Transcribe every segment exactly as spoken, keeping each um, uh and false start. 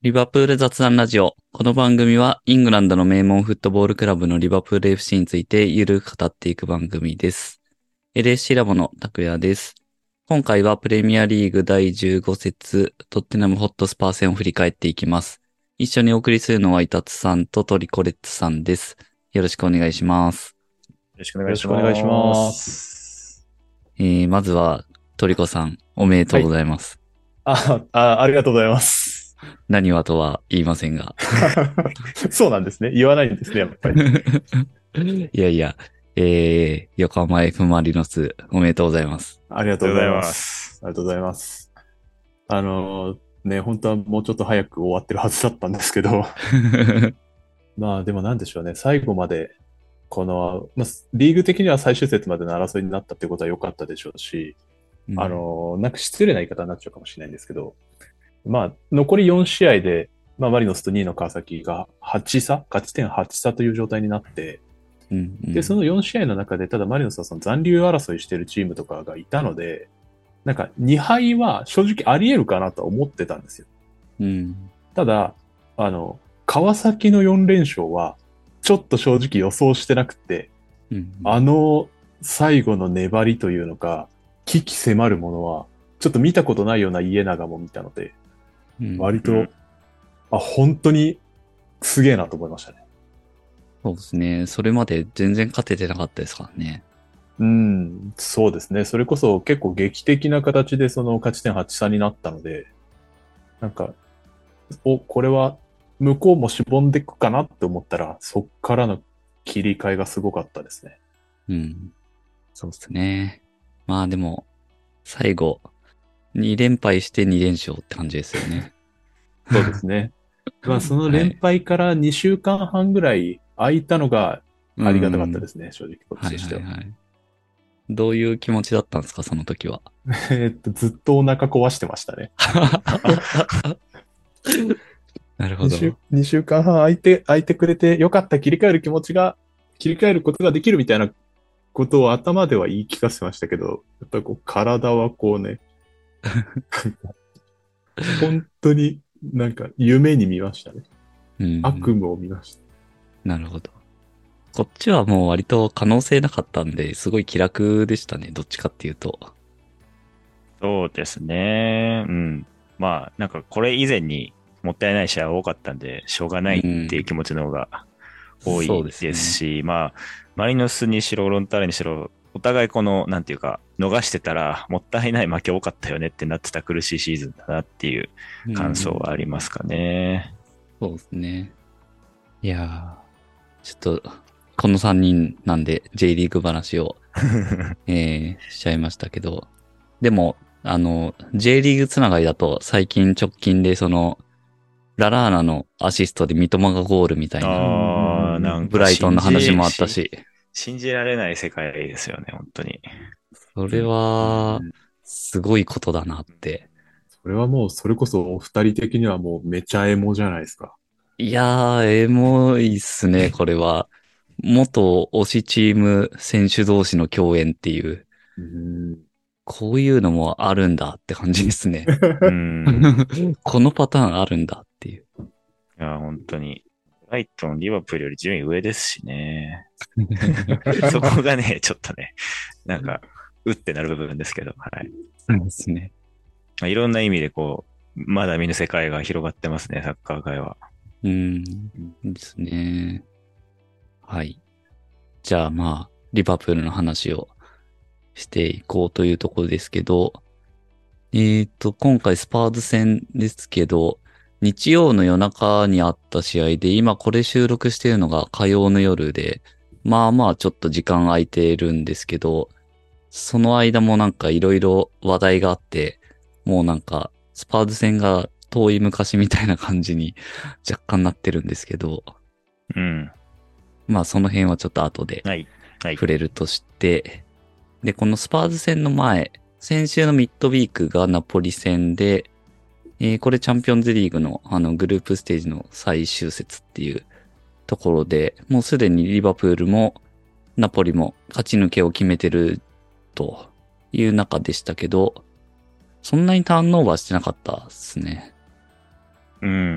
リバプール雑談ラジオ。この番組はイングランドの名門フットボールクラブのリバプール エフシー についてゆるく語っていく番組です。エルエスシー ラボの拓也です。今回はプレミアリーグだいじゅうご節トッテナムホットスパー戦を振り返っていきます。一緒にお送りするのはイタツさんとトリコレッツさんです。よろしくお願いします。 よろしくおよろし願いしくお願いしまます。 す。 えー、まずはトリコさんおめでとうごはい。 ざいます。 あ、あ、ありがとうございます。 何はとは言いませんが。 そうなんですね。言わないんですね、やっぱり。 いやいや、えー、横浜 F マリノスおめでとうございます。 ありがありがとうございとうございまます。 す。ありがとうございます。あのーね、本当はもうちょっと早く終わってるはずだったんですけど、まあでもなんでしょうね。最後まで、この、まあ、リーグ的には最終節までの争いになったってことは良かったでしょうし、 うんあのーなんか失礼な言い方になっちゃうかもしれないんですけど、まあ、残りよん試合で、まあ、マリノスとにいの川崎がはち差、勝ち点はち差という状態になって、 うんうで、そんのよん試合の中で、ただマリノスはその残留争いしてるチームとかがいたので、なんかに敗は正直あり得るかなとは思ってたんですよ。 うんただ、あの、川崎のよん連勝は、ちょっと正直予想してなくて、 うんあの最後の粘りというのか、危機迫るものは、ちょっと見たことないような家長も見たので、 うん割と、 うんあ、本当にすげえなと思いましたね。 そうですね。それまで全然勝ててなかったですからね。 うん、そうですね。それこそ結構劇的な形でその勝ち点はち差になったので、なんか、お、これは向こうもしぼんでいくかなって思ったら、そっからの切り替えがすごかったですね。 うん。そうですね。まあでも、最後、に連敗してに連勝って感じですよね。 そうですね。まあその連はい。 敗からにしゅうかんはんぐらい空いたのがうありがたかったでん。 すね、正直こっはいちとしては。 はいはい。どういう気持ちだったんですか、その時は。 えーっと、ずっとお腹壊してましたね。 なるほ 2週、 ど。 にしゅうかんはん空いて、空いてくれてよかった、切り替える気持ちが、切り替えることができるみたいなことを頭では言い聞かせてましたけど、やっぱりこう体はこうね、本当になんか夢に見ましたね。 うん。 悪夢を見ました。 なるほど。こっちはもう割と可能性なかったんで、すごい気楽でしたね。どっちかっていうと。 そうですね。うん。まあ、なんかこれ以前にもったいない試合多かったんで、しょうがなういっていうん。 気持ちの方が多そういですね。 ですし、まあ、マリノスにしろ、ロンターレにしろ、お互いこの、なんていうか、逃してたら、もったいない負け多かったよねってなってた苦しいシーズンだなっていうう感想はありん。 ますかね。 そうですね。いやー、ちょっと、このさんにんなんで J リーグ話を、えー、しちゃいましたけど、でも、あの、J リーグつながりだと最近直近でその、ララーナのアシストで三笘がゴールみたいな、 うんうんうんああ、 うん。 なんかブライトンの話信じ、 もあったし、 し、 信じられない世界ですよね、本当に。 それうは、 ん、 すごいことだなって。 それはもう、それこそお二人的にはもうめちゃエモじゃないですか。 いやー、エモいっすね、これは。元推しチーム選手同士の共演っていう、 うん。 こういうのもあるんだって感じですね。 うん。 このパターンあるんだっていう。 いや、本当に。ブライトン、リバプールより順位上ですしね。そこがね、ちょっとね、なんか、うってなる部分ですけど、はい。 そうですね。 まあ、いろんな意味でこう、まだ見ぬ世界が広がってますね、サッカー界は。 うん。ですね。はい。じゃあまあ、リバプールの話をしていこうというところですけど、えっと、今回スパーズ戦ですけど、日曜の夜中にあった試合で、今これ収録しているのが火曜の夜で、まあまあちょっと時間空いてるんですけど、その間もなんかいろいろ話題があって、もうなんかスパーズ戦が遠い昔みたいな感じに若干なってるんですけど、 うん。 まあその辺はちょっと後ではい。はい。 触れるとして、で、このスパーズ戦の前、先週のミッドウィークがナポリ戦で、えーこれチャンピオンズリーグのあのグループステージの最終節っていうところで、もうすでにリバプールもナポリも勝ち抜けを決めてるという中でしたけど、そんなにターンオーバーしてなかったですね。 うん。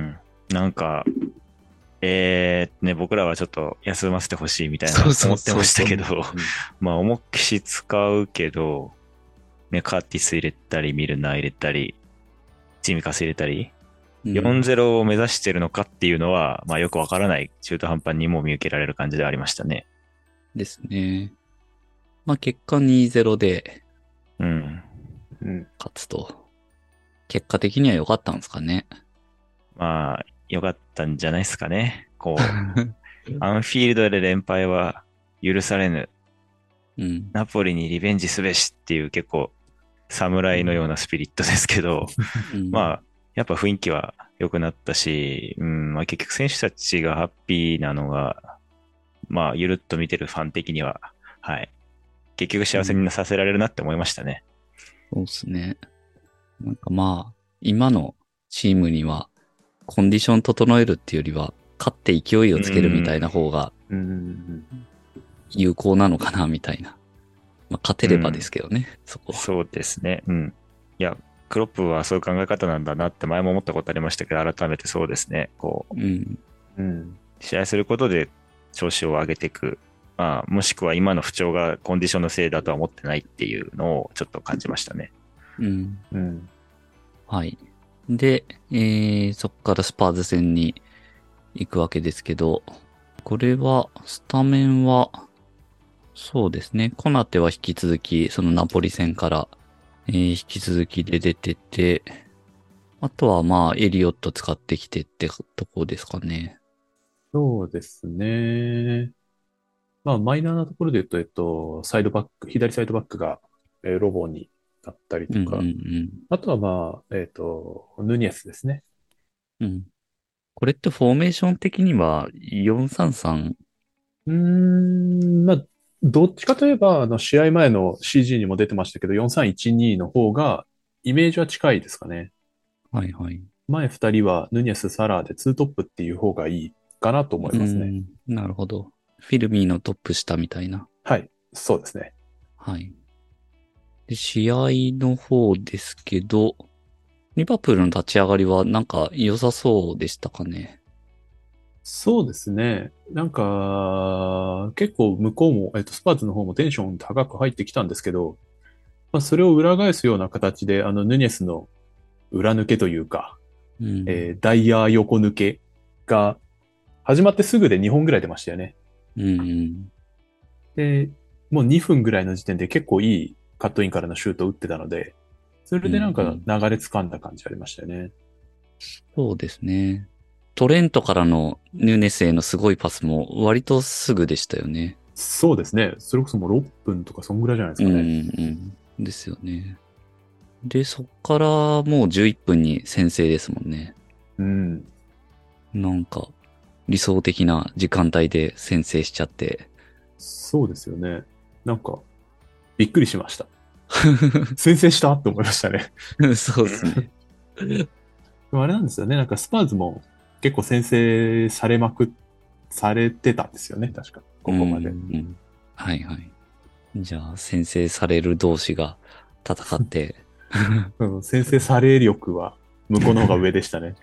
なんか、えー、ね、僕らはちょっと休ませてほしいみたいなそうそう思ってましたけど、 うんまあ、重きし使うけど、ね、カーティス入れたり、ミルナー入れたり、チミカス入れたり、 うんよんたいゼロを目指してるのかっていうのは、まあよくわからない中途半端にも見受けられる感じではありましたね。 ですね。まあ結果にたいゼロでうん。 うん。 勝つと。結果的には良かったんですかね。 まあ、よかったんじゃないですかね。こう、アンフィールドで連敗は許されぬ。 うん。 ナポリにリベンジすべしっていう結構、侍のようなスピリットですけど、 うんまあ、やっぱ雰囲気は良くなったし、うん、まあ結局選手たちがハッピーなのが、まあ、ゆるっと見てるファン的には、はい。結局幸せにさせられるなって思いましたね。 そうですね。なんかまあ、今のチームには、コンディション整えるっていうよりは、勝って勢いをつけるみたいな方がうん。 有効なのかな、みたいな。まあ、勝てればですけどね、そこは。 そうですね。うん。いや、クロップはそういう考え方なんだなって前も思ったことありましたけど、改めてそうですね。こう、 うん。 うん。 試合することで調子を上げていく。まあ、もしくは今の不調がコンディションのせいだとは思ってないっていうのをちょっと感じましたね。 うん。 うん。 はい。で、えー、そこからスパーズ戦に行くわけですけど、これは、スタメンは、そうですね。コナテは引き続き、そのナポリ戦から、えー引き続きで出てて、あとはまあ、エリオット使ってきてってとこですかね。 そうですね。まあ、マイナーなところで言うと、えっと、サイドバック、左サイドバックが、えーロボになったりうんうんとか、あとはまあ、えっと、ヌニエスですね。 うん。うん。これってフォーメーション的にはよんさんさん。 うーん、まあ、どっちかといえば、あの、試合前の シージー にも出てましたけど、よんさんいちにの方が、イメージは近いですかね。 はいはい。 前二人はヌニエス、サラーでツートップっていう方がいいかなと思いますね。 うん。なるほど。フィルミーのトップ下みたいな。 はい、そうですね。 はい。で、試合の方ですけど、リバプールの立ち上がりはなんか良さそうでしたかね。 そうですね。なんか、結構向こうも、えっと、スパーズの方もテンション高く入ってきたんですけど、まあ、それを裏返すような形で、あの、ヌニエスの裏抜けというか、 うん。 えーダイヤー横抜けが始まってすぐでにほんぐらい出ましたよね。 うんうん。 で、もうにふんぐらいの時点で結構いいカットインからのシュートを打ってたので、それでなんか流れ掴んだ感じありましたよね。 そうですね。トレントからのヌネスへのすごいパスも割とすぐでしたよね。 そうですね。それこそもうろっぷんとかそんぐらいじゃないですうんかね。 うん。ですよね。で、そっからもうじゅういっぷんに先制ですもんね。 うん。 なんか理想的な時間帯で先制しちゃって。 そうですよね。なんか、びっくりしました。先制したって思いましたね。 そうですね。 でもあれなんですよね。なんかスパーズも結構先制されまく、されてたんですよね。確か。ここまで。 うんうんはいはい。じゃあ、先制される同士が戦って。 うん、先制され力は向こうの方が上でしたね。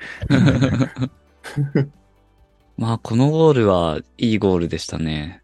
まあ、このゴールはいいゴールでしたね。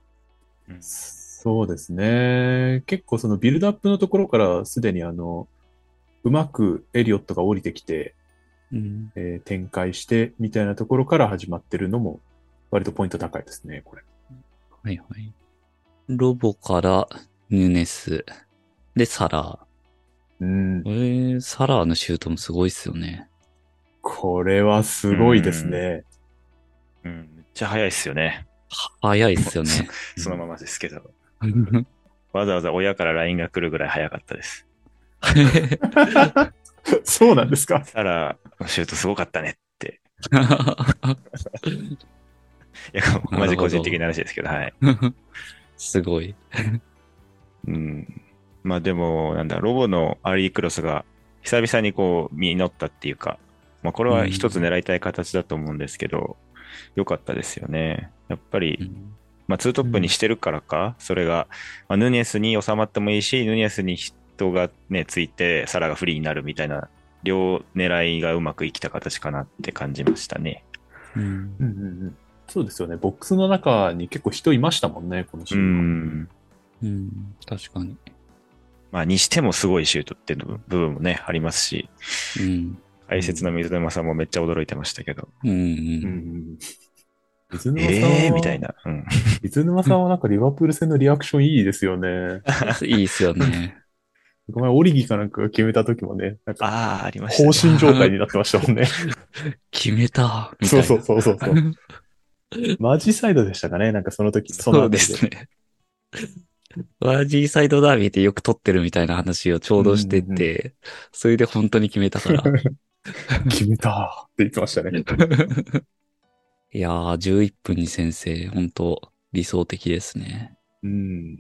そうですね。結構そのビルドアップのところからすでにあの、うまくエリオットが降りてきて、 うん、 えー展開してみたいなところから始まってるのも割とポイント高いですね、これ。 はいはい。ロボからヌネス。で、サラうん。 ー。えー、サラーのシュートもすごいっすよね。 これはすごいですね。 うん、めっちゃ早いっすよね。 早いっすよね。 そのままですけど。わざわざ親から ライン が来るぐらい早かったです。 そうなんですか。 サラのシュートすごかったねって。いや、マジ個人的な話ですけど、はい。 すごい。 うん。まあでも、なんだ、ロボのアーリークロスが久々にこう、実ったっていうか、まあこれは一つ狙いたい形だと思うんですけど、良かったですよね。やっぱり、 うんまあツートップにしてるからか、それが、まあ、ヌニエスに収まってもいいし、ヌニエスに人がね、ついて、サラがフリーになるみたいな両狙いがうまくいきた形かなって感じましたね。 うん。 うんうんうん。そうですよね。ボックスの中に結構人いましたもんね、このシうーンは。 ん。 うん。確かに。 まあ、にしてもすごいシュートっていう部分もね、ありますし、 うん。 解説の水沼さんもめっちゃ驚いてましたけど、 うん。う。 うんうんん。水沼さんえーは、 みたいな。うん。 水沼さんはなんかリバプール戦のリアクションいいですよね。 いいっすよね。 ごめん、オリギかなんかが決めた時もね、なんか、 ああ、ありました放ね。 心状態になってましたもんね。 決めたみたいな。 そうそうそうそうそう。マジサイドでしたかね、なんかその時、そのそうであたりで。 すね。ワージーサイドダービーってよく撮ってるみたいな話をちょうどしてうんうんて、それで本当に決めたから。 決めたって言ってましたね。 いやー、じゅういっぷんに先制、本当理想的ですね。 うん、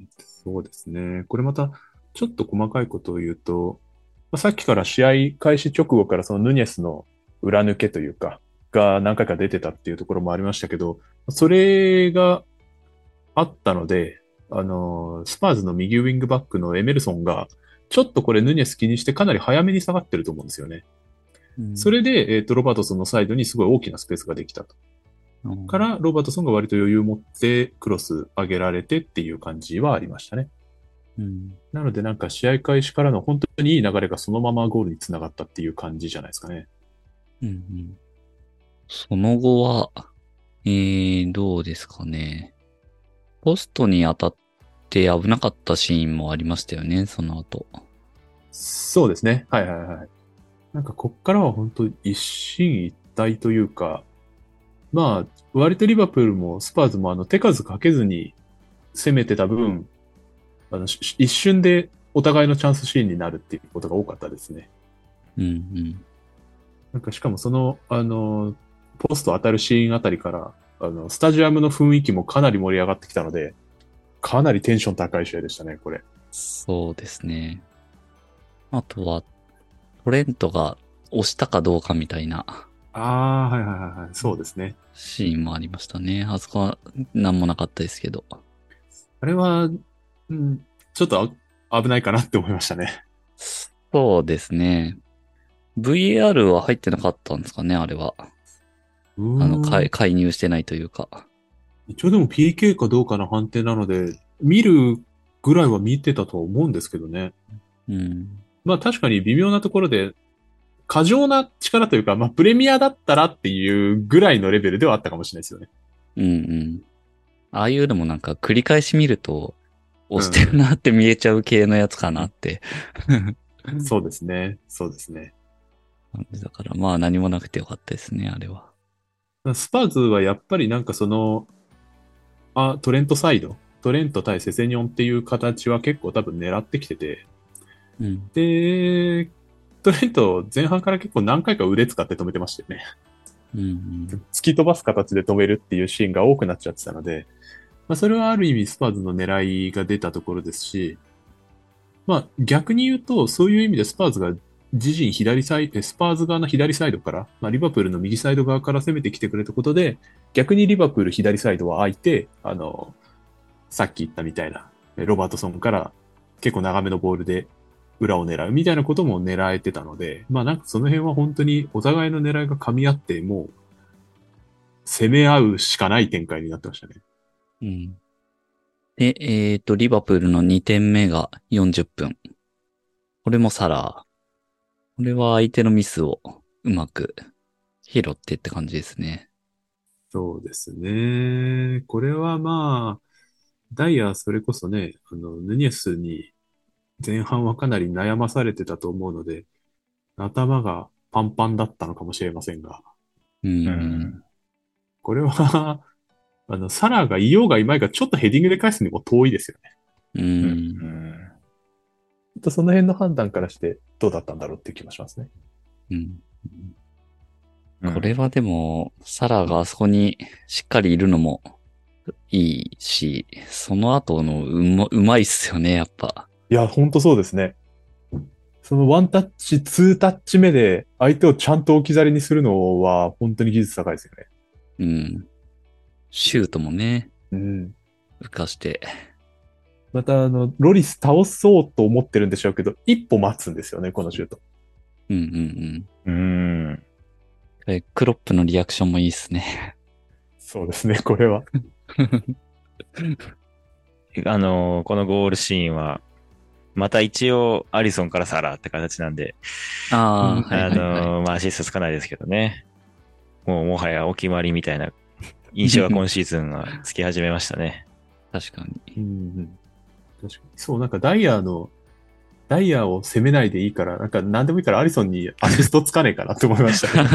そうですね。これまた、ちょっと細かいことを言うと、まあさっきから試合開始直後からそのヌニェスの裏抜けというか、が何回か出てたっていうところもありましたけど、それがあったので、あの、スパーズの右ウィングバックのエメルソンが、ちょっとこれヌニェス気にしてかなり早めに下がってると思うんですよね。 うんそれで、えっと、ロバートソンのサイドにすごい大きなスペースができたと。 うんから、ロバートソンが割と余裕を持ってクロス上げられてっていう感じはありましたね。 うんなのでなんか試合開始からの本当にいい流れがそのままゴールにつながったっていう感じじゃないですかね。 うんうんその後は、えー、どうですかね。ポストに当たって危なかったシーンもありましたよね、その後。 そうですね。はいはいはい。なんかこっからは本当一進一退というか、まあ、割とリバプールもスパーズもあの手数かけずに攻めてた分、あのし一瞬でお互いのチャンスシーンになるっていうことが多かったですね。 うんうん。 なんかしかもその、あの、ポスト当たるシーンあたりから、あの、スタジアムの雰囲気もかなり盛り上がってきたので、かなりテンション高い試合でしたね、これ。 そうですね。あとは、トレントが押したかどうかみたいなああ、はいはいはいはい。そうですね。 シーンもありましたね。あそこは何もなかったですけど。 あれは、うん、ちょっとあ危ないかなって思いましたね。 そうですね。ブイエーアール は入ってなかったんですかね、あれは。 うあの、 ーん。 介介入してないというか。 一応でも ピーケー かどうかの判定なので、見るぐらいは見てたと思うんですけどね。 うん。 まあ確かに微妙なところで、過剰な力というか、まあプレミアだったらっていうぐらいのレベルではあったかもしれないですよね。 うんうん。ああいうのもなんか繰り返し見ると、押してうんるなって見えちゃう系のやつかなって。 そうですね。そうですね。 だからまあ何もなくてよかったですね、あれは。 スパーズはやっぱりなんかその、あ、トレントサイド、トレント対セセニョンっていう形は結構多分狙ってきてて、 うん。 で、トレント前半から結構何回か腕使って止めてましたよね。 うんうん。 突き飛ばす形で止めるっていうシーンが多くなっちゃってたので、まあそれはある意味スパーズの狙いが出たところですし、まあ逆に言うと、そういう意味でスパーズが自陣左サイド、スパーズ側の左サイドから、まあリバプールの右サイド側から攻めてきてくれたことで、逆にリバプール左サイドは空いて、あの、さっき言ったみたいな、ロバートソンから結構長めのボールで裏を狙うみたいなことも狙えてたので、まあなんかその辺は本当にお互いの狙いが噛み合って、もう攻め合うしかない展開になってましたね。 うん。で、えっと、リバプールのにてんめがよんじゅっぷん。これもサラー。これは相手のミスをうまく拾ってって感じですね。 そうですね。これはまあ、ダイヤそれこそね、あの、ヌニェスに前半はかなり悩まされてたと思うので、頭がパンパンだったのかもしれませんが、 うん。 うんこれはあの、サラーがいようがいまいがちょっとヘディングで返すにも遠いですよね。 う。 うんんちょっとその辺の判断からしてどうだったんだろうっていう気もしますね。 うん。 うんこれはでも、サラがあそこにしっかりいるのもいいし、その後のうま、うまいっすよね、やっぱ。 いや、ほんとそうですね。そのワンタッチ、ツータッチ目で相手をちゃんと置き去りにするのは本当に技術高いですよね。 うん。シュートもね、 うん。 浮かして。 また、あの、ロリス倒そうと思ってるんでしょうけど、一歩待つんですよね、このシュート。 うんうんうーん。 うん。クロップのリアクションもいいっすね。 そうですね、これは。 あのーこのゴールシーンは、また一応アリソンからサラーって形なんで、 ああ、 うんはいあはいはい。 のーまあアシストつかないですけどね。もうもはやお決まりみたいな印象が今シーズンはつき始めましたね。 確かうんに。 うん。確かに。そう、なんかダイヤの、ダイヤを攻めないでいいから、なんか何でもいいからアリソンにアシストつかねえかなって思いましたね。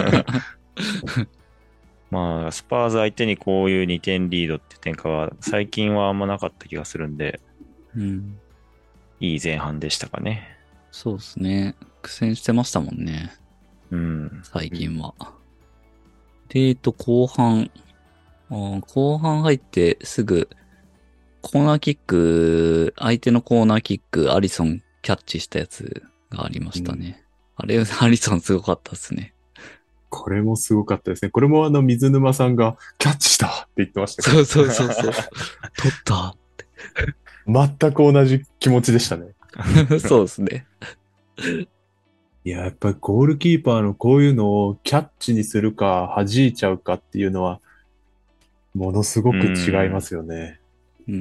まあ、スパーズ相手にこういうにてんリードって展開は最近はあんまなかった気がするんで、 うん。 いい前半でしたかね。 そうですね。苦戦してましたもんね。 うん。 最近は。で、えっと、後半。あー後半入ってすぐ、コーナーキック、相手のコーナーキック、アリソンキャッチしたやつがありましたね。あれ、アリソンすごかったですね。 これもすごかったですね。これもあの水沼さんがキャッチしたって言ってましたけそうそうそうそう。取ったど、全く同じ気持ちでしたね。 そうですね。 いや、やっぱりゴールキーパーのこういうのをキャッチにするか弾いちゃうかっていうのは、ものすごく違いますよね。 うん。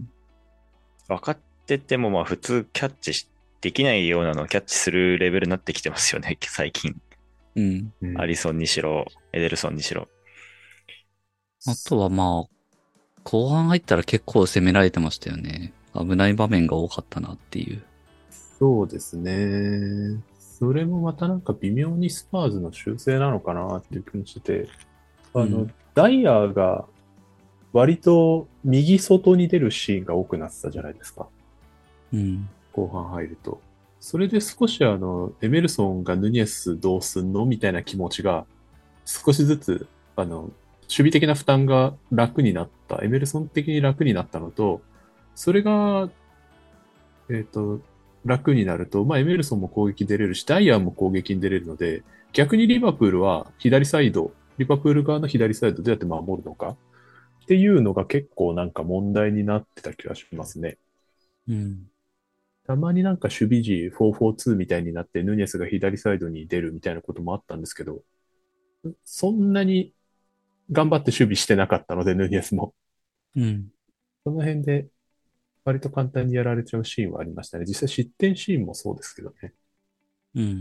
分かってても、まあ普通キャッチしできないようなのをキャッチするレベルになってきてますよね、最近。 うん。 うんアリソンにしろ、エデルソンにしろ。 あとはまあ、後半入ったら結構攻められてましたよね。危ない場面が多かったなっていう。 そうですね。それもまたなんか微妙にスパーズの修正なのかなっていう気もしてて、あの、 うんダイヤが割と右外に出るシーンが多くなってたじゃないですか。 うん。 後半入ると。それで少しあの、エメルソンがヌニエスどうすんのみたいな気持ちが少しずつ、あの、守備的な負担が楽になった、エメルソン的に楽になったのと、それが、えっと、楽になると、まあ、エメルソンも攻撃出れるし、ダイアンも攻撃に出れるので、逆にリバプールは左サイド、リバプール側の左サイドどうやって守るのかっていうのが結構なんか問題になってた気がしますね。 うん。 たまになんか守備時よんよんにみたいになってヌニエスが左サイドに出るみたいなこともあったんですけど、そんなに頑張って守備してなかったので、ヌニエスも。 うん。 その辺で割と簡単にやられちゃうシーンはありましたね。実際失点シーンもそうですけどね。 うん。うん。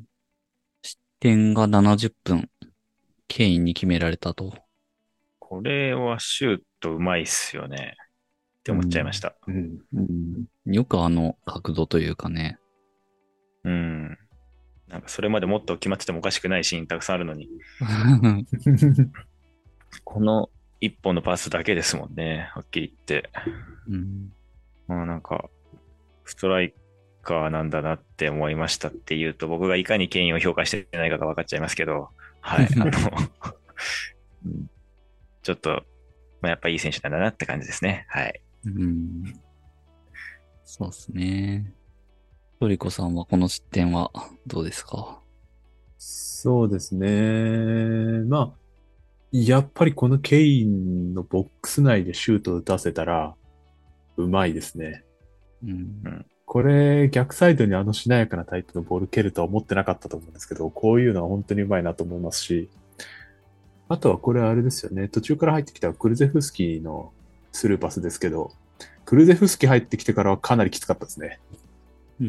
失点がななじゅっぷん、ケインに決められたと。 これはシュートうまいっすよね。って思っちゃいました。 うん。 うん。よくあの角度というかね。 うん。なんかそれまでもっと決まっててもおかしくないシーンたくさんあるのに、この一本のパスだけですもんね。はっきり言って。 うん。 まあなんか、ストライカーなんだなって思いましたっていうと、僕がいかにケインを評価してないかが分かっちゃいますけど、はい。あの、うんちょっと、まあ、やっぱいい選手なんだなって感じですね。はい。 うん。そうですね。トリコさんはこの失点はどうですか？ そうですね。まあ、やっぱりこのケインのボックス内でシュートを打たせたら、うまいですね。 うん。 これ、逆サイドにあのしなやかなタイプのボール蹴るとは思ってなかったと思うんですけど、こういうのは本当にうまいなと思いますし、あとはこれあれですよね。途中から入ってきたクルゼフスキーのスルーパスですけど、クルゼフスキー入ってきてからはかなりきつかったですね。 うん。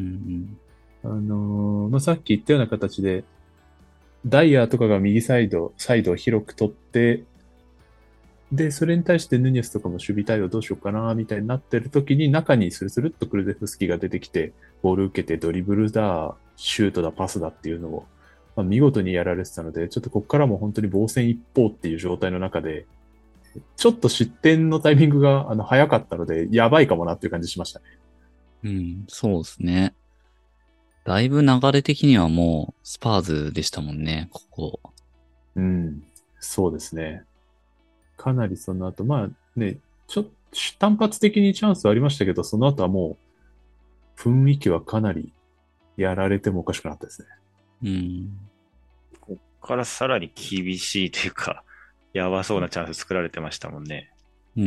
あのーまあ、さっき言ったような形で、ダイヤとかが右サイド、サイドを広く取って、で、それに対してヌニェスとかも守備対応どうしようかな、みたいになってる時に中にスルスルっとクルゼフスキーが出てきて、ボール受けてドリブルだ、シュートだ、パスだっていうのを、まあ、見事にやられてたので、ちょっとここからも本当に防戦一方っていう状態の中で、ちょっと失点のタイミングがあの早かったので、やばいかもなっていう感じしましたね。 うん。そうですね。だいぶ流れ的にはもうスパーズでしたもんね、ここ。 うん、そうですね。かなりその後、まあね、ちょっと単発的にチャンスはありましたけど、その後はもう雰囲気はかなりやられてもおかしくなかったですね。 うん。 こっからさらに厳しいというか、やばそうなチャンス作られてましたもんね。 うん。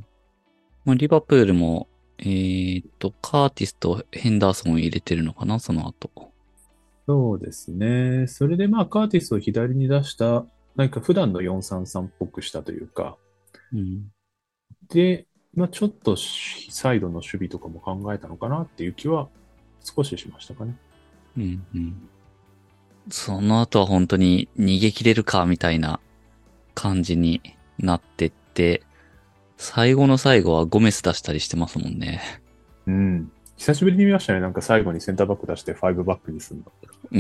まあ、リバプールも、えーっと、カーティスとヘンダーソンを入れてるのかな、その後。 そうですね。それでまあ、カーティスを左に出した、なんか普段のよんさんさんっぽくしたというか、 うん。 で、まあ、ちょっとしサイドの守備とかも考えたのかなっていう気は少ししましたかね。 うん。うん。その後は本当に逃げ切れるかみたいな感じになってって、最後の最後はゴメス出したりしてますもんね。 うん。久しぶりに見ましたね。なんか最後にセンターバック出してファイブバックにするの。 うん。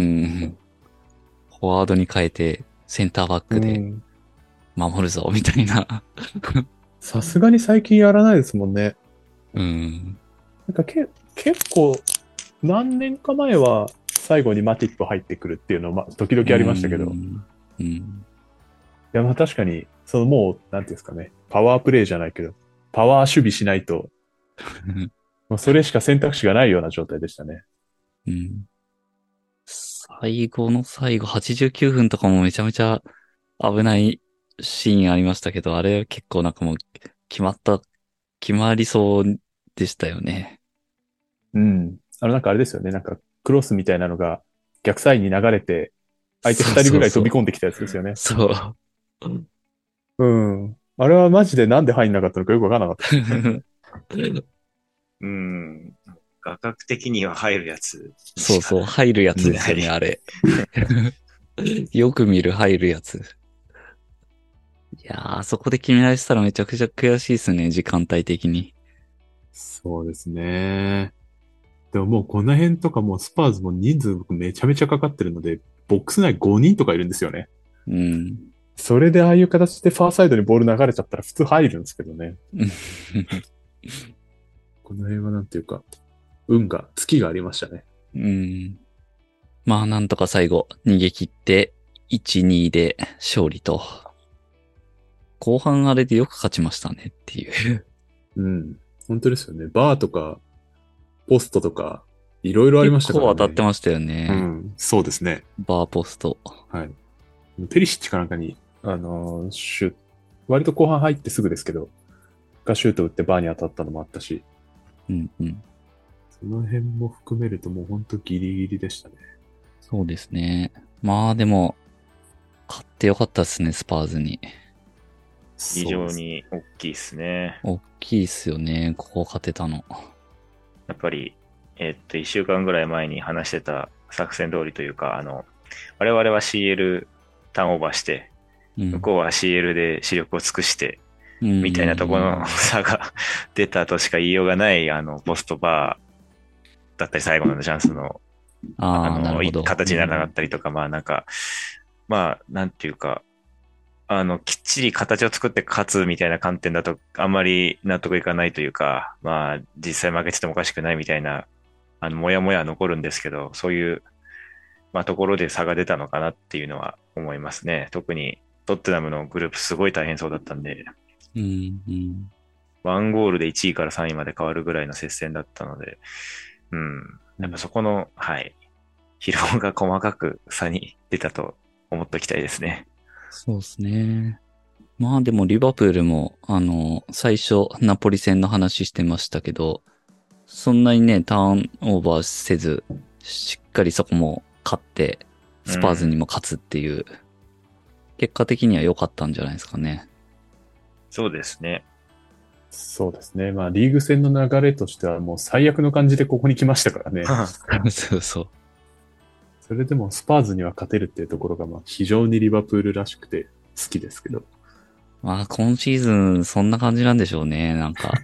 フォワードに変えてセンターバックでん。 守るぞみたいな。 さすがに最近やらないですもんね。 うん。 なんかけ、結構、何年か前は最後にマティップ入ってくるっていうのは、まあ、時々 うありましたけど、 ん。うん。 いや、まあ確かに、そのもう、なんていうんですかね、パワープレイじゃないけど、パワー守備しないと、もうそれしか選択肢がないような状態でしたね。 うん。最後の最後、はちじゅうきゅうふんとかもめちゃめちゃ危ないシーンありましたけど、あれ結構なんかもう決まった、決まりそうでしたよね。 うん。あの、なんかあれですよね、なんかクロスみたいなのが逆サイに流れて、相手そうふたりぐらいそうそう。 飛び込んできたやつですよね。 そう。 うん。あれはマジでなんで入んなかったのかよくわからなかったですね。 うん。画角的には入るやつにしかそうそう、入るやうん。 つですよね、 見えない。 あれ。よく見る入るやつ。いやー、あそこで決められてたらめちゃくちゃ悔しいですね、時間帯的に。 そうですね。でももうこの辺とかもうスパーズも人数僕めちゃめちゃかかってるので、ボックス内ごにんとかいるんですよね。 うん。 それでああいう形でファーサイドにボール流れちゃったら普通入るんですけどね。この辺はなんていうか、運が、月がありましたね。 うん。まあ、なんとか最後、逃げ切って、いち、にで勝利と。後半あれでよく勝ちましたねっていう。 うん。本当ですよね。バーとか、ポストとか、いろいろあり結ましたか構当たってらね。 ましたよね。 うん。そうですね。 バーポスト。 はい。ペリシッチかなんかに、あのーシュー割と後半入ってすぐですけど、がシュート打ってバーに当たったのもあったし、 うんうん。 その辺も含めるともう本当ギリギリでしたね。 そうですね。まあでも、勝ってよかったですね、スパーズに。 非そうです。 常に大きいですね。 大きいっすよね、ここ勝てたの。 やっぱり、えっと、一週間ぐらい前に話してた作戦通りというか、あの、我々は シーエル ターンオーバーして、 うん。 向こうは シーエル で視力を尽くして、 うんうんみたいなところのうん差が出たとしか言いようがない、あの、ポストバーだったり、最後のチャンスの、あああ、なるの、いほど。 形にならなかったりとか、まあなんか、まあ、なんていうか、あの、きっちり形を作って勝つみたいな観点だと、あんまり納得いかないというか、まあ、実際負けててもおかしくないみたいな、あの、もやもやは残るんですけど、そういう、まあ、ところで差が出たのかなっていうのは思いますね。特に、トッテナムのグループすごい大変そうだったんで、 うんうん。 ワンゴールでいちいからさんいまで変わるぐらいの接戦だったので、うん。やっぱうん。 そこの、はい、疲労が細かく差に出たと思っておきたいですね。 そうですね。まあでもリバプールも、あの、最初ナポリ戦の話してましたけど、そんなにね、ターンオーバーせず、しっかりそこも勝って、スパーズにうん。 も勝つっていう、結果的には良かったんじゃないですかね。 そうですね。 そうですね。まあ、リーグ戦の流れとしてはもう最悪の感じでここに来ましたからね。 そうそう。 それでもスパーズには勝てるっていうところが、まあ、非常にリバプールらしくて好きですけど。 まあ今シーズンそんな感じなんでしょうね、なんか。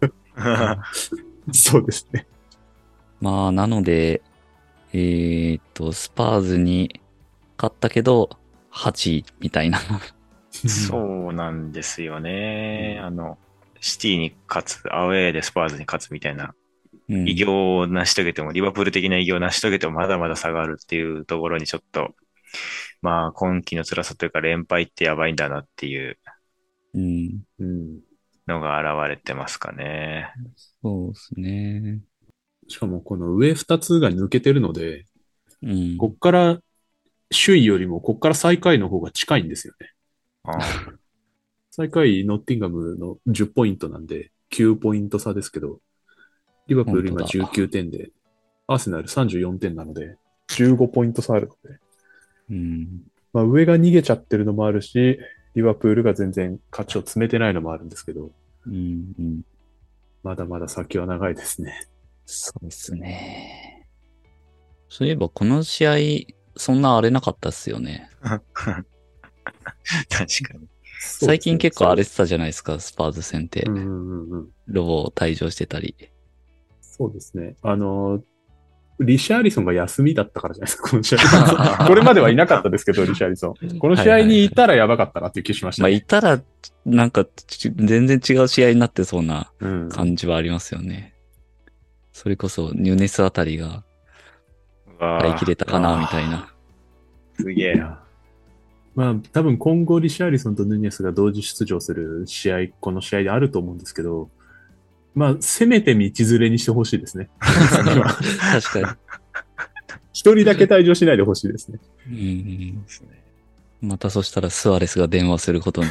そうですね。 まあなので、えーっと、スパーズに勝ったけど、はちいみたいな。 そうなんですよね。あの、シティに勝つ、アウェーでスパーズに勝つみたいな偉うん。 業を成し遂げても、リバプール的な偉業を成し遂げてもまだまだ差があるっていうところにちょっと、まあ今季の辛さというか連敗ってやばいんだなっていううん。 うん。 のが現れてますかね。 そうですね。 しかもこの上ふたつが抜けてるので、 うん。 こっから首位よりもこっから最下位の方が近いんですよね。 あ最下位ノッティンガムのじゅっポイントなんできゅうポイント差ですけど、リバプール今本当だ。 じゅうきゅうてんで、アーセナルさんじゅうよんてんなので、 じゅうごポイント差あるので、 うん。 まあ、上が逃げちゃってるのもあるし、リバプールが全然勝ちを詰めてないのもあるんですけど、 うん。うん。 まだまだ先は長いですね。 そうですね。そういえばこの試合、そんな荒れなかったっすよね。 確かに。 最近結構荒れててたじゃないですか、スパーズ戦って。 うんうんうん。 ロボ退場してたり。 そうですね。あの、リシャーリソンが休みだったからじゃないですか、この試合。これまではいなかったですけど、リシャーリソン。この試合にいたらやばかったなっていう気しましたまあ、 ね。 いたら、なんか、ち全然違う試合になってそうなうん感じはありますよね。それこそ、ニュネスあたりがうわ耐えきれーたかな、みたいな。 すげえな。 まあ、多分今後リシャーリソンとヌニエスが同時出場する試合、この試合であると思うんですけど、まあ、せめて道連れにしてほしいですね。 確か一人だけ退場しないでほしいですね。 に。うんですね。 またそしたらスアレスが電話することに。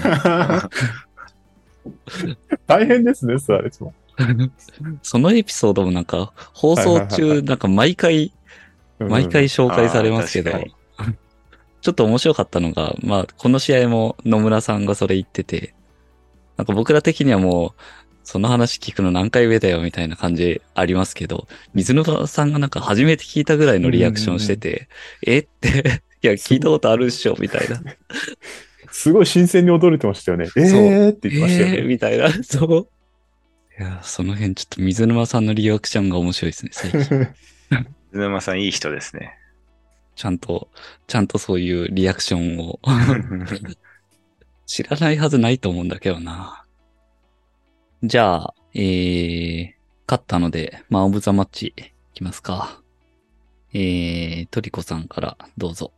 大変ですね、スアレスも。 そのエピソードもなんか、放送はいはいはいは中、なんか毎回、毎回紹介されますけどあー確、 ちょっと面白かったのが、まあ、この試合も野村さんがそれ言ってて、なんか僕ら的にはもう、その話聞くの何回目だよみたいな感じありますけど、水野さんがなんか初めて聞いたぐらいのリアクションしてて、えって、いや、聞いたことあるっしょみたいな。 すごい新鮮に驚いてましたよね。えそうーって言ってましたよね。 えーみたいな。そう。いや、その辺ちょっと水沼さんのリアクションが面白いですね、最近。 水沼さんいい人ですね。 ちゃんと、ちゃんとそういうリアクションを知らないはずないと思うんだけどな。じゃあ、えー、勝ったので、マンオブザマッチいきますか。えー、トリコさんからどうぞ。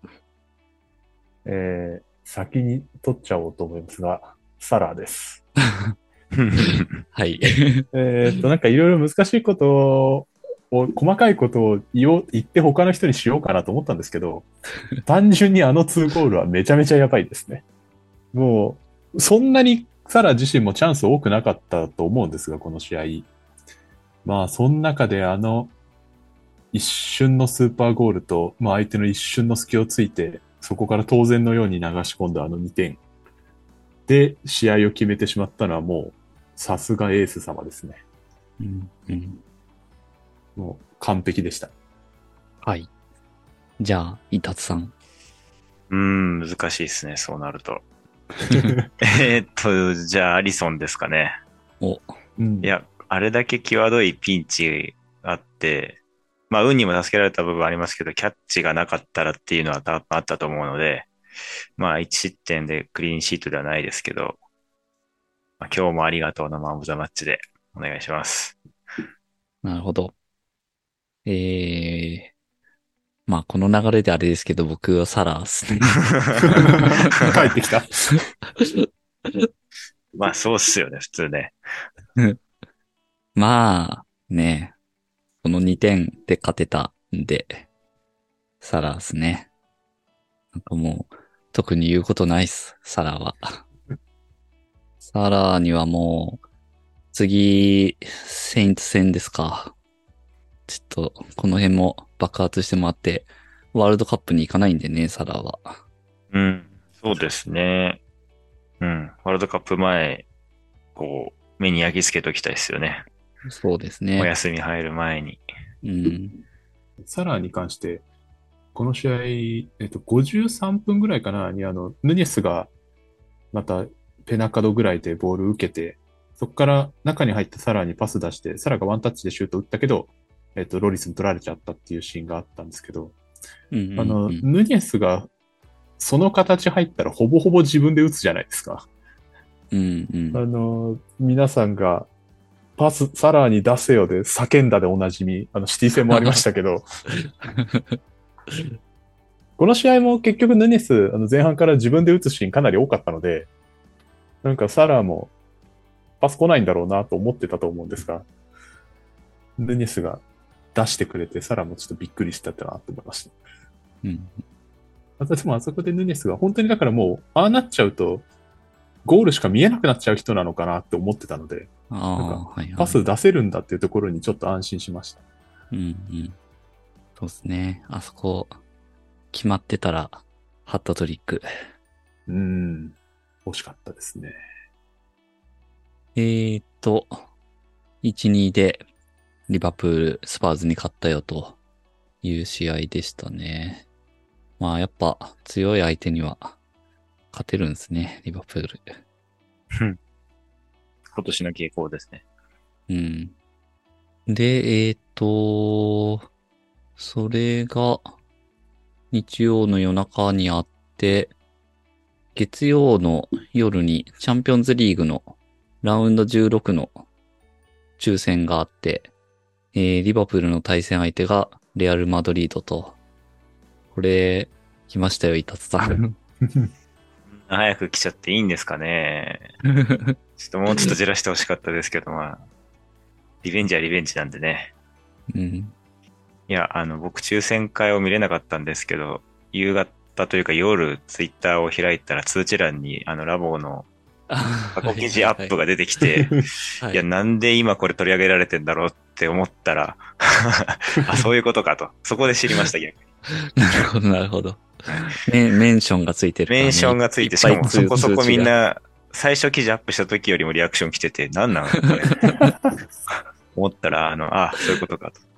えー、先に取っちゃおうと思いますが、サラーです。 はい。 えーっと、なんかいろいろ難しいことを、細かいことを言おう、言って他の人にしようかなと思ったんですけど、単純にあのツーゴールはめちゃめちゃやばいですね。もう、そんなにサラ自身もチャンス多くなかったと思うんですが、この試合。まあ、その中であの、一瞬のスーパーゴールと、まあ相手の一瞬の隙をついて、そこから当然のように流し込んだあのにてん。で、試合を決めてしまったのはもう、さすがエース様ですね。 うんうん、 もう、完璧でした。 はい。じゃあ、イタツさん。 うーん、難しいですね、そうなると。えーっと、じゃあ、アリソンですかね。 お、 うん、 いや、あれだけ際どいピンチがあって、まあ、運にも助けられた部分ありますけど、キャッチがなかったらっていうのは多分あったと思うので、まあ、いち失点でクリーンシートではないですけど、まあ、今日もありがとうのマン・オブ・ザ・マッチでお願いします。 なるほど。えー、まあ、この流れであれですけど、僕はサラーですね。 帰ってきた。 まあ、そうっすよね、普通ね。 まあ、ね、このにてんで勝てたんで、サラーですね。なんかもう、特に言うことないっす、サラーは。サラーにはもう、次、セインツ戦ですか。ちょっと、この辺も爆発してもらって、ワールドカップに行かないんでね、サラーは。 うん、そうですね。うん、ワールドカップ前、こう、目に焼き付けときたいですよね。 そうですおね。 休み入る前に。 うん。 サラーに関して、この試合、えっと、ごじゅうさんぷんぐらいかなに、あの、ヌニェスが、また、ペナカドぐらいでボール受けて、そこから中に入ったサラーにパス出して、サラがワンタッチでシュート打ったけど、えっと、ロリスに取られちゃったっていうシーンがあったんですけど、 うんうんうん、 あの、ヌニェスが、その形入ったらほぼほぼ自分で打つじゃないですか。 うんうん。 あの、皆さんが、パス、サラーに出せよで叫んだでおなじみ、あの、シティ戦もありましたけど、この試合も結局ヌニェス、あの前半から自分で打つシーンかなり多かったので、なんかサラーもパス来ないんだろうなと思ってたと思うんですが、ヌニェスが出してくれて、サラーもちょっとびっくりしたってなと思いました。 うん、 私もあそこでヌニェスが本当にだからもう、ああなっちゃうと、ゴールしか見えなくなっちゃう人なのかなって思ってたので、 ああ、 なんかはいはい。 パス出せるんだっていうところにちょっと安心しました。 うんうん。 そうですね。あそこ、決まってたら、ハットトリック。 うん。惜しかったですね。 えーっと、いちたいにで、リバプール、スパーズに勝ったよという試合でしたね。まあ、やっぱ、強い相手には、勝てるんですね、リバプール。 今年の傾向ですね。 うん。で、えーっと、それが、日曜の夜中にあって、月曜の夜にチャンピオンズリーグのラウンドじゅうろくの抽選があって、えー、リバプールの対戦相手がレアル・マドリードと、これ、来ましたよ、イタツさん。 早く来ちゃっていいんですかね。ちょっともうちょっとじらしてほしかったですけど、まあ、リベンジはリベンジなんでね。 うん。 いや、あの、僕、抽選会を見れなかったんですけど、夕方というか夜、ツイッターを開いたら通知欄に、あの、ラボの過去記事アップが出てきて、 はいいや、なんで今これ取り上げられてんだろうって思ったら、あ、そういうことかと。そこで知りました、逆に。 なるほど、なるほど。メメンションがついてるからね。 メンションがついて、しかもいっぱいそこそこみん通知が。 な、最初記事アップした時よりもリアクション来てて、なんなんこれ思ったら、あの、あ、そういうことかと。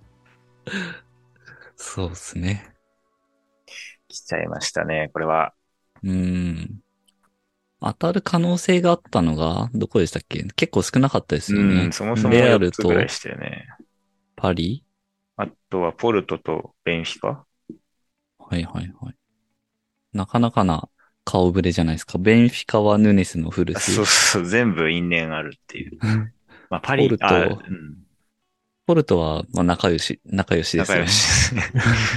そうですね。 来ちゃいましたね、これは。 うん。当たる可能性があったのが、どこでしたっけ？結構少なかったですよね。 うん、そもそも4 レアルとつぐらいしたよね。 パリ。 あとは、ポルトとベンフィカ。 はいはいはい。なかなかな顔ぶれじゃないですか。ベンフィカはヌネスの古巣。 そうそう、全部因縁あるっていう。まあ、パポリ、あ、うルト、 ん、 ポルトはまあ仲良し、仲良しです仲良よね。 しですね。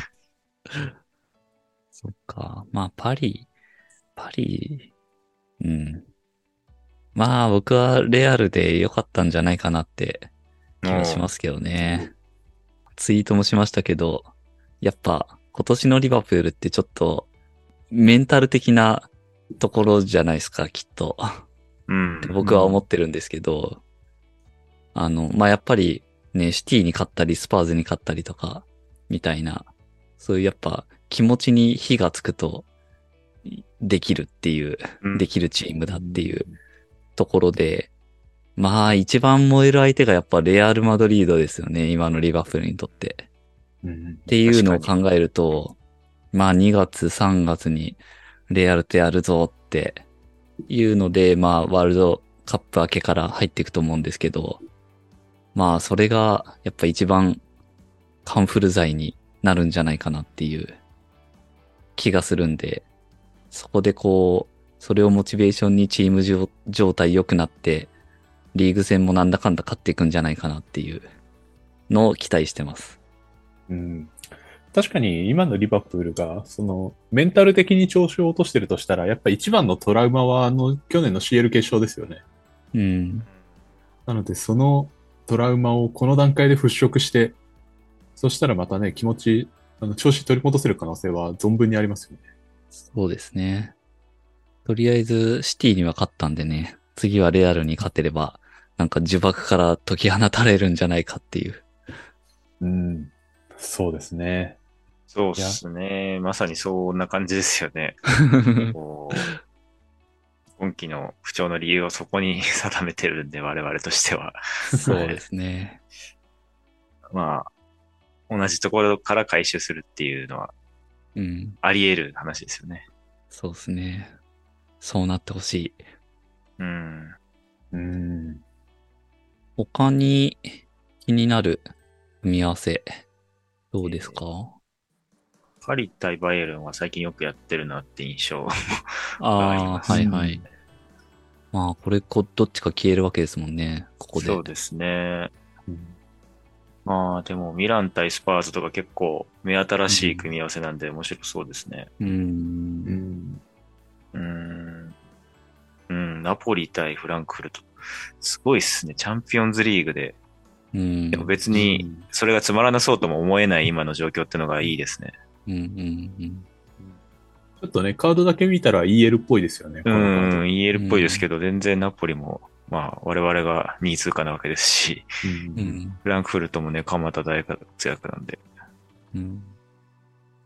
そっか。まあパリ、パリ、うん。まあ僕はレアルで良かったんじゃないかなって気はしますけどね。ツイートもしましたけど、やっぱ今年のリバプールってちょっとメンタル的なところじゃないですか、きっと。 うん。 僕は思ってるんですけど、あの、まあ、やっぱりね、シティに勝ったり、スパーズに勝ったりとか、みたいな、そういうやっぱ気持ちに火がつくと、できるっていう、 うんできるチームだっていうところで、まあ一番燃える相手がやっぱレアル・マドリードですよね、今のリバプールにとって。 うんっていうのを確考えると、まあにがつ、さんがつにレアルとやるぞっていうので、まあワールドカップ明けから入っていくと思うんですけど、まあそれがやっぱ一番カンフル剤になるんじゃないかなっていう気がするんで、そこでこう、それをモチベーションにチーム状状態良くなって、リーグ戦もなんだかんだ勝っていくんじゃないかなっていうのを期待してます。 うん確かに今のリバプールが、その、メンタル的に調子を落としてるとしたら、やっぱ一番のトラウマは、あの、去年の シーエル 決勝ですよね。 うん。 なので、そのトラウマをこの段階で払拭して、そしたらまたね、気持ち、あの、調子取り戻せる可能性は存分にありますよね。 そうですね。とりあえずシティには勝ったんでね、次はレアルに勝てれば、なんか呪縛から解き放たれるんじゃないかっていう。 うん。そうですね。 そうっすね。まさにそんな感じですよね。こう今期の不調の理由をそこに定めてるんで、我々としては。 そうですね。 まあ、同じところから回収するっていうのはうん。 あり得る話ですよね。 そうですね。そうなってほしい。 うん。 うん。 他に気になる組み合わせ、どうですか？ パリ対バイエルンは最近よくやってるなって印象がありああ、 ます。 はいはい。まあ、これこ、どっちか消えるわけですもんね、ここで。 そうですね。 うんまあでもミラン対スパーズとか結構目新しい組み合わせなんで面白そうですね。 うー。 うんん。 うーん。うん、ナポリ対フランクフルト。すごいっすね。チャンピオンズリーグで。 うん。 でも別にそれがつまらなそうとも思えない今の状況ってのがいいですね。 うんうんうん。 ちょっとね、カードだけ見たら イーエル っぽいですよね。 うこのカードん、イーエル っぽいですけど、全然ナポリも、まあ我々がにい通過なわけですし、 うんうん。 フランクフルトもね、鎌田大活躍なんで。 うん。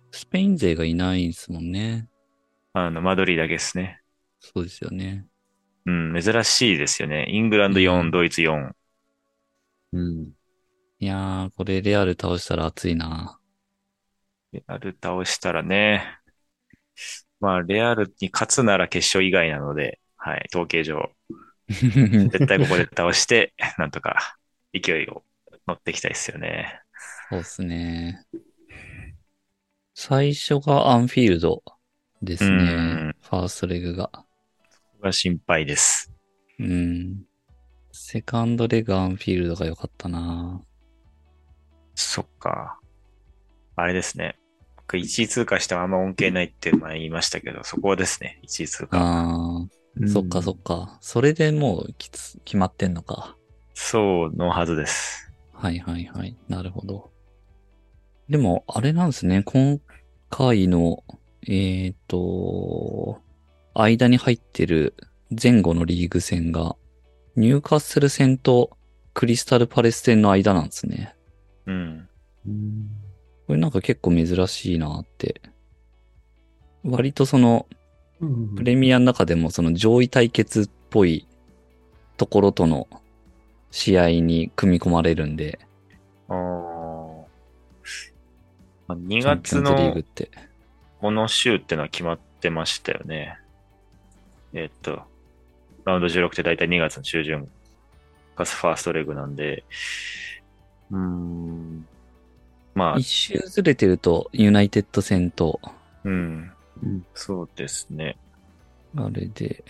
スペイン勢がいないんですもんね。 あの、マドリーだけですね。 そうですよね。 うん、珍しいですよね。イングランドよん、 うん。 ドイツよん。 うん。 いやー、これレアル倒したら熱いな。 レアル倒したらね、まあ、レアルに勝つなら決勝以外なので、はい、統計上、絶対ここで倒して、なんとか勢いを乗っていきたいですよね。 そうですね。最初がアンフィールドでうすね。 ん、 ファーストレグが。 ここが心配です。 うん。セカンドレグアンフィールドが良かったな。 そっか。あれですね。僕いちい通過してもあんま恩恵ないって前言いましたけど、そこですね。いちい通過。 あー、 うんそっかそっか。それでもうきつ決まってんのか。 そうのはずです。 はいはいはい。なるほど。でも、あれなんですね。今回の、えっと、間に入ってる前後のリーグ戦が、ニューカッスル戦とクリスタルパレス戦の間なんですね。 うん。 うんこれなんか結構珍しいなって。割とその、プレミアの中でもその上位対決っぽいところとの試合に組み込まれるんで、 あーまあ2 チャンピオンズリーグ月のって。 この週ってのは決まってましたよね。えっと、ラウンドじゅうろくってだいたいにがつの中旬、かつファーストレグなんで、うーん、まあ、 一周ずれてるとユナイテッド戦と、 うん、 うんそうですね。 あれで、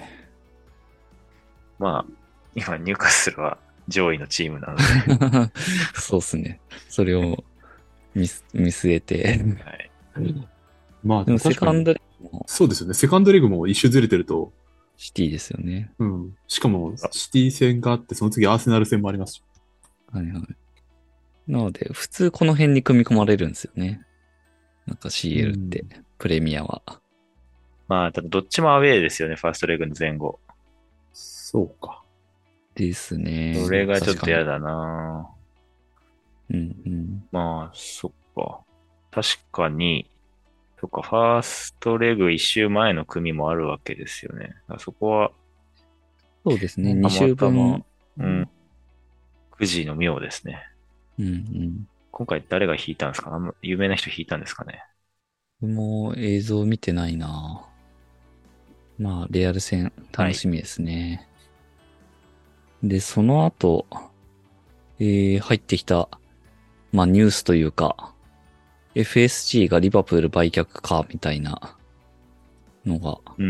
まあ、今、ニューカッスルは上位のチームなので、 そうっすね。それを見す見据えて。 はい、 まあ、 でもセ確かに。 カンドレグもそうですよね。セカンドレグも一周ずれてると、 シティですよね。 うん。しかも、シティ戦があって、その次アーセナル戦もありますし。 はいはい。なので、普通この辺に組み込まれるんですよね。なんか シーエル って、プレミアは。 まあ、ただどっちもアウェーですよね、ファーストレグの前後。 そうか。 ですね。 それがちょっと嫌確かだな。 に。うんうん。 まあ、そっか。確かに、そっか、ファーストレグ一周前の組もあるわけですよね。だからそこは、 そうですね。 うんに週たま分。 たま、うん、くじの妙ですね。 うん今回誰が引いたんですか？あんま有名な人引いたんですかね？ うん。もう映像見てないな。まあ、レアル戦はい。 楽しみですね。で、その後、えー、入ってきた、まあニュースというか、エフエスジー がリバプール売却か、みたいなのがうん。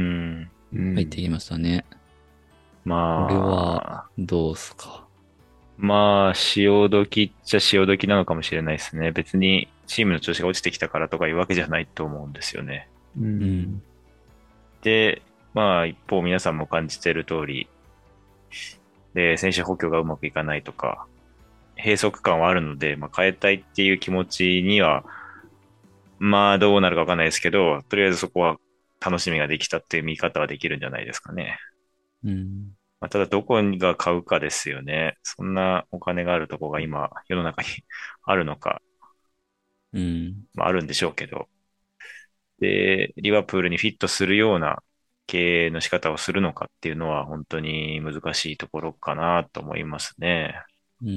うん入ってきましたね。これは、 まあ、 どうすか。 まあ、潮時っちゃ潮時なのかもしれないですね。別にチームの調子が落ちてきたからとかいうわけじゃないと思うんですよね。 ううんん。 で、まあ一方皆さんも感じてる通り、で、選手補強がうまくいかないとか、閉塞感はあるので、まあ変えたいっていう気持ちには、まあどうなるかわかんないですけど、とりあえずそこは楽しみができたっていう見方はできるんじゃないですかね。 うん。 まあ、ただどこが買うかですよね。そんなお金があるとこが今世の中にあるのか、 うん。 まああるんでしょうけど。で、リバプールにフィットするような経営の仕方をするのかっていうのは本当に難しいところかなと思いますね。 うん。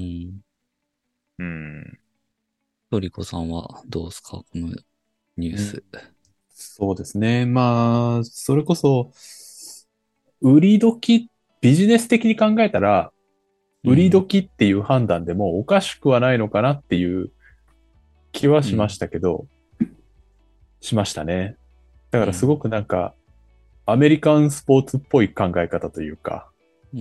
うん。 トリコさんはどうですかこのニューうんス。 そうですね。まあ、それこそ、売り時、ビジネス的に考えたら、売りうん。 時っていう判断でもおかしくはないのかなっていう気はしましうん。 たけど、しましたね。だうん。 からすごくなんか、アメリカンスポーツっぽい考え方というか、 うん。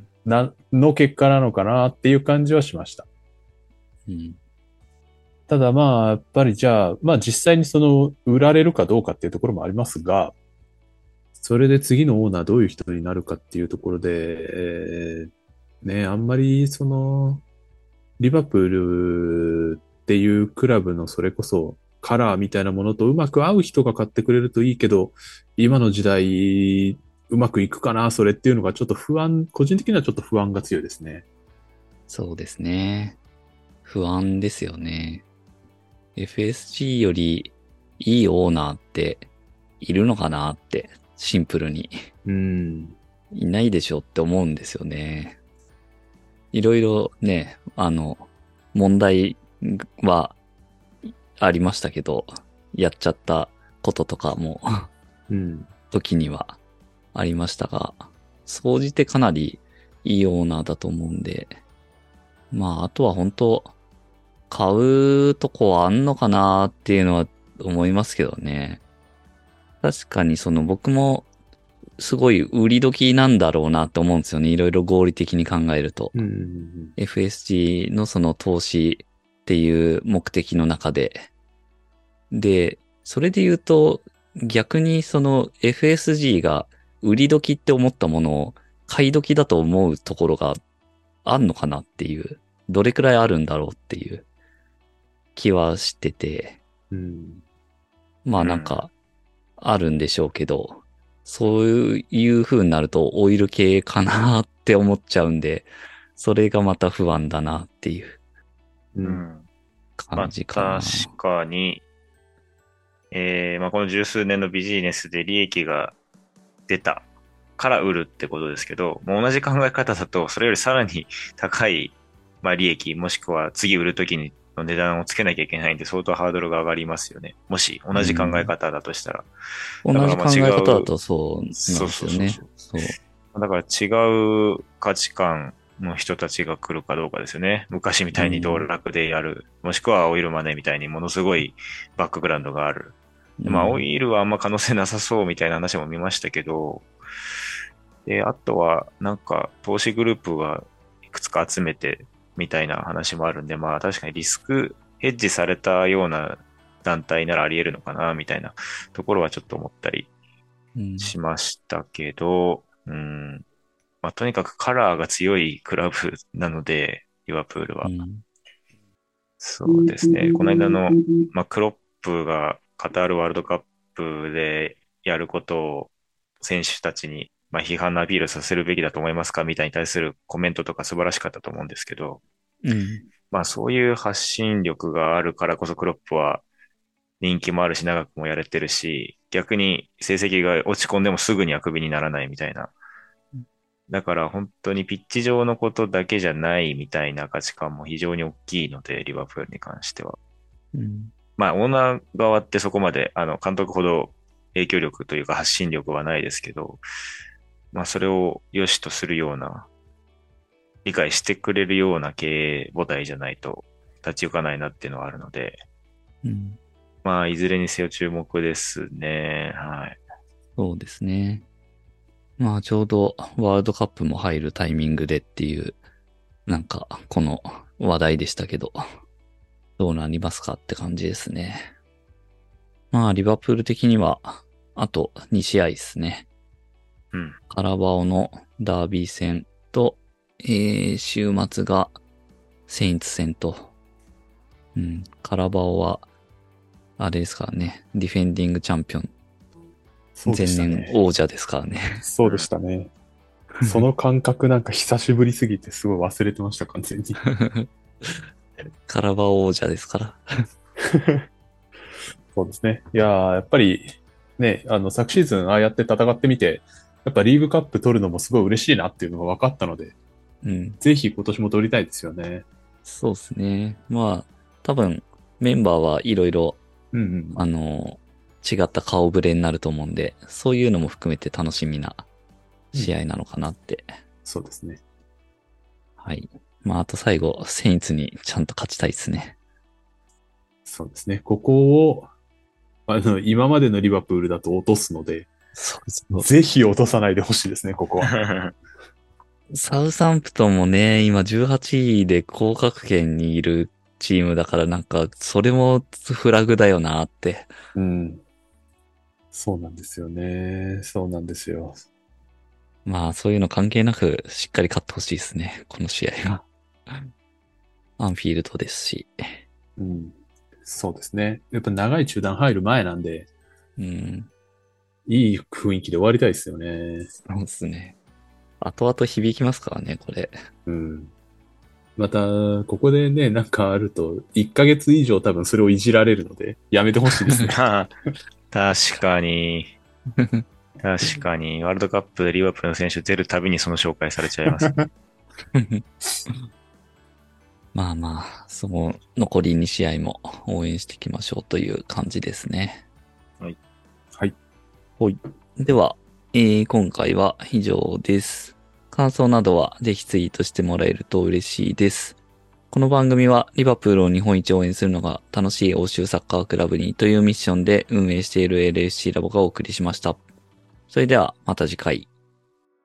な、の結果なのかなっていう感じはしました。 うん。 ただまあ、やっぱりじゃあ、まあ実際にその、売られるかどうかっていうところもありますが、それで次のオーナーどういう人になるかっていうところで、えーね、あんまりその、リバプールっていうクラブのそれこそカラーみたいなものとうまく合う人が買ってくれるといいけど、今の時代うまくいくかな、それっていうのがちょっと不安、個人的にはちょっと不安が強いですね。 そうですね。不安ですよね。エフエスジー よりいいオーナーっているのかなって、シンプルに。 うん。 いないでしょって思うんですよね。いろいろね、あの、問題はありましたけど、やっちゃったこととかもうん。 時にはありましたが、総じてかなりいいオーナーだと思うんで、まあ、あとは本当買うとこはあんのかなっていうのは思いますけどね。確かにその僕もすごい売り時なんだろうなって思うんですよね。いろいろ合理的に考えると。 うん。 エフエスジー のその投資っていう目的の中で。で、それで言うと逆にその エフエスジー が売り時って思ったものを買い時だと思うところがあんのかなっていう、どれくらいあるんだろうっていう気はしてて、 うん。 まあなんかあるんでしょうけど、そういう風になるとオイル系かなって思っちゃうんで、それがまた不安だなっていうう。 うんん。ま感あ、 じかな。 確かに、えーまあ、この十数年のビジネスで利益が出たから売るってことですけど、もう同じ考え方だと、それよりさらに高い、まあ、利益、もしくは次売るときにの値段をつけなきゃいけないんで、相当ハードルが上がりますよね。もし同じ考え方だとしたら。だからまあ違同じ考え方だう、 とそうなそうんですよね。 そうそうそう。 そだから違う価値観の人たちが来るかどうかですよね。昔みう。うたいに道ん。 楽でやる。もしくはオイルマネーみたいにものすごいバックグラウンドがある。でまあ、オうん。 イルはあんま可能性なさそうみたいな話も見ましたけど、で、あとは、なんか、投資グループがいくつか集めてみたいな話もあるんで、まあ確かにリスクヘッジされたような団体ならあり得るのかな、みたいなところはちょっと思ったりうん。 しましたけど、うん。まあとにかくカラーが強いクラブなので、リバプールは。 うん。 そうですね。この間の、まあ、クロップがカタールワールドカップでやることを選手たちに、まあ、批判のアピールさせるべきだと思いますかみたいに対するコメントとか素晴らしかったと思うんですけど、 うん。 まあそういう発信力があるからこそクロップは人気もあるし長くもやれてるし、逆に成績が落ち込んでもすぐにはクビにならないみたいな。だから本当にピッチ上のことだけじゃないみたいな価値観も非常に大きいので、リバプールに関しては。 うん。 まあ、オーナー側ってそこまで、あの、監督ほど影響力というか発信力はないですけど、まあ、それを良しとするような、理解してくれるような経営母体じゃないと立ち行かないなっていうのはあるので、 うん。 まあ、いずれにせよ注目ですね。はい。 そうですね。まあちょうどワールドカップも入るタイミングでっていう、なんかこの話題でしたけど、どうなりますかって感じですね。まあリバプール的には、あとに試合ですね。 うん。 カラバオのダービー戦と、えー、週末がセインツ戦と、うん、カラバオは、あれですからね、ディフェンディングチャンピオン、 そうで前年したね。 王者ですからね。 そうでしたね。その感覚なんか久しぶりすぎてすごい忘れてました、完全に。 カラバオ王者ですから。 そうですね。いやー、やっぱりね、あの、昨シーズンああやって戦ってみて、やっぱリーグカップ取るのもすごい嬉しいなっていうのが分かったので、 うん。 ぜひ今年も取りたいですよね。 そうですね。まあ、多分、メンバーはいろいろ、 うんうん。 あの、違った顔ぶれになると思うんで、そういうのも含めて楽しみな試合なのかなって。 そうですね。 はい。まあ、あと最後、セインツにちゃんと勝ちたいですね。 そうですね。ここを、あの、今までのリバプールだと落とすので、 そうそう。 ぜひ落とさないでほしいですね、ここは。 サウサンプトンもね、今じゅうはちいで降格圏にいるチームだからなんか、それもフラグだよなって。 うん。そうなんですよね。そうなんですよ。 まあ、そういうの関係なく、しっかり勝ってほしいですね。この試合が。アンフィールドですし。 うん。そうですね。やっぱ長い中断入る前なんで、 うん。 いい雰囲気で終わりたいですよね。 そうですね。後々響きますからね、これ。 うん。 また、ここでね、なんかあると、いっかげつ以上多分それをいじられるので、やめてほしいですね。 あ確かに、確かに、ワールドカップでリバプールの選手出るたびにその紹介されちゃいますね。 まあまあ、その残りに試合も応援していきましょうという感じですね。 はい。 はい。 はい。では、えー今回は以上です。感想などはぜひツイートしてもらえると嬉しいです。この番組はリバプールを日本一応援するのが楽しい欧州サッカークラブにというミッションで運営している エルエフシー ラボがお送りしました。それではまた次回。